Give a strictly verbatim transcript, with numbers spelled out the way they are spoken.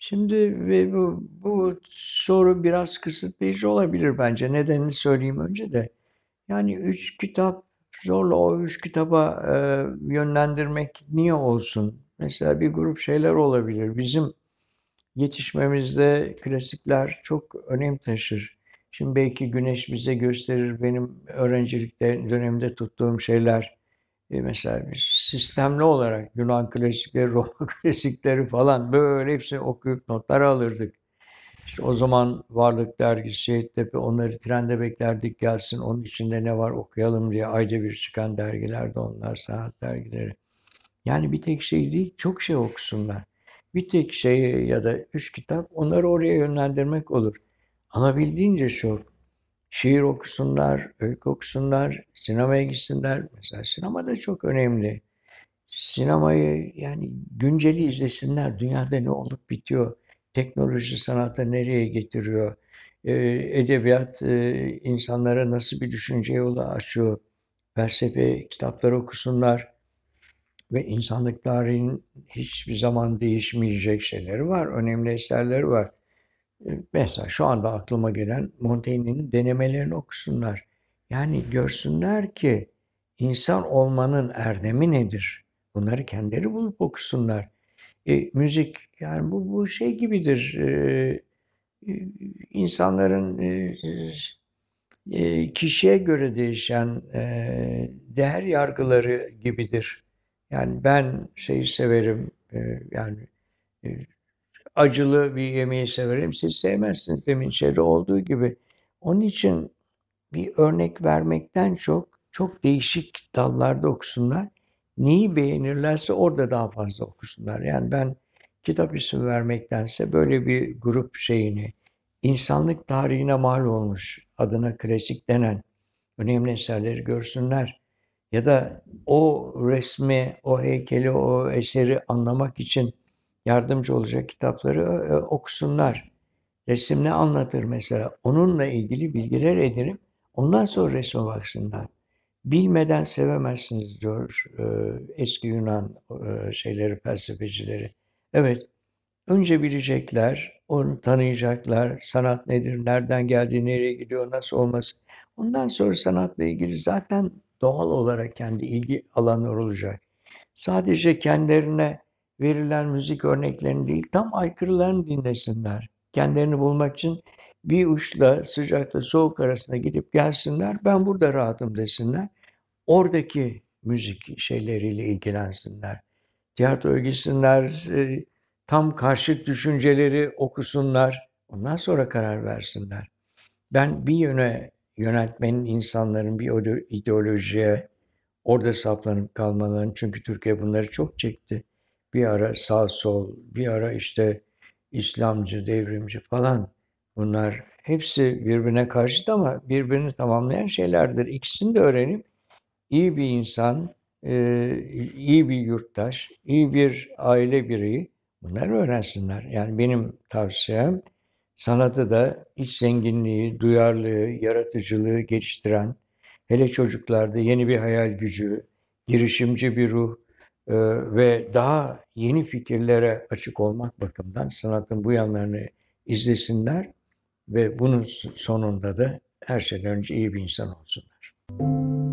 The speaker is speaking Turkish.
Şimdi ve bu, bu soru biraz kısıtlayıcı olabilir bence. Nedenini söyleyeyim önce de. Yani üç kitap zorla o üç kitaba e, yönlendirmek niye olsun? Mesela bir grup şeyler olabilir. Bizim yetişmemizde klasikler çok önem taşır. Şimdi belki Güneş bize gösterir benim öğrencilik döneminde tuttuğum şeyler. E mesela biz sistemli olarak Yunan klasikleri, Roma klasikleri falan böyle hepsini okuyup notlar alırdık. İşte o zaman Varlık Dergisi, Şehittepe onları trende beklerdik gelsin. Onun içinde ne var okuyalım diye ayda bir çıkan dergilerdi onlar, sanat dergileri. Yani bir tek şey değil, çok şey okusunlar. Bir tek şey ya da üç kitap onları oraya yönlendirmek olur. Alabildiğince çok. Şiir okusunlar, öykü okusunlar, sinemaya gitsinler. Mesela sinema da çok önemli. Sinemayı yani günceli izlesinler. Dünyada ne olup bitiyor? Teknoloji sanatı nereye getiriyor? Ee, edebiyat e, insanlara nasıl bir düşünce yolu açıyor? Felsefe kitapları okusunlar ve insanlık tarihinin hiçbir zaman değişmeyecek şeyleri var. Önemli eserleri var. Ee, Mesela şu anda aklıma gelen Montaigne'in denemelerini okusunlar. Yani görsünler ki insan olmanın erdemi nedir? Bunları kendileri bulup okusunlar. E, müzik yani bu, bu şey gibidir. E, e, insanların e, e, kişiye göre değişen e, değer yargıları gibidir. Yani ben şeyi severim. E, yani e, acılı bir yemeği severim. Siz sevmezsiniz demin şeyde olduğu gibi. Onun için bir örnek vermekten çok çok değişik dallarda okusunlar. Neyi beğenirlerse orada daha fazla okusunlar. Yani ben kitap ismi vermektense böyle bir grup şeyini insanlık tarihine mal olmuş adına klasik denen önemli eserleri görsünler. Ya da o resmi, o heykeli, o eseri anlamak için yardımcı olacak kitapları e, okusunlar. Resim ne anlatır mesela? Onunla ilgili bilgiler edinip ondan sonra resme baksınlar. Bilmeden sevemezsiniz diyor e, eski Yunan e, şeyleri, felsefecileri. Evet, önce bilecekler, onu tanıyacaklar, sanat nedir, nereden geldiği, nereye gidiyor, nasıl olması. Ondan sonra sanatla ilgili zaten doğal olarak kendi ilgi alanları olacak. Sadece kendilerine verilen müzik örneklerini değil, tam aykırılarını dinlesinler. Kendilerini bulmak için bir uçla sıcakla soğuk arasında gidip gelsinler. Ben burada rahatım desinler. Oradaki müzik şeyleriyle ilgilensinler. Tiyatroya gitsinler, e, tam karşıt düşünceleri okusunlar. Ondan sonra karar versinler. Ben bir yöne yöneltmenin insanların bir ideolojiye orada saplanıp kalmalarını çünkü Türkiye bunları çok çekti. Bir ara sağ sol, bir ara işte İslamcı, devrimci falan. Bunlar hepsi birbirine karşıt ama birbirini tamamlayan şeylerdir. İkisini de öğrenip iyi bir insan, e, iyi bir yurttaş, iyi bir aile bireyi bunları öğrensinler. Yani benim tavsiyem sanatı da iç zenginliği, duyarlılığı, yaratıcılığı geliştiren, hele çocuklarda yeni bir hayal gücü, girişimci bir ruh e, ve daha yeni fikirlere açık olmak bakımından sanatın bu yanlarını izlesinler ve bunun sonunda da her şeyden önce iyi bir insan olsunlar.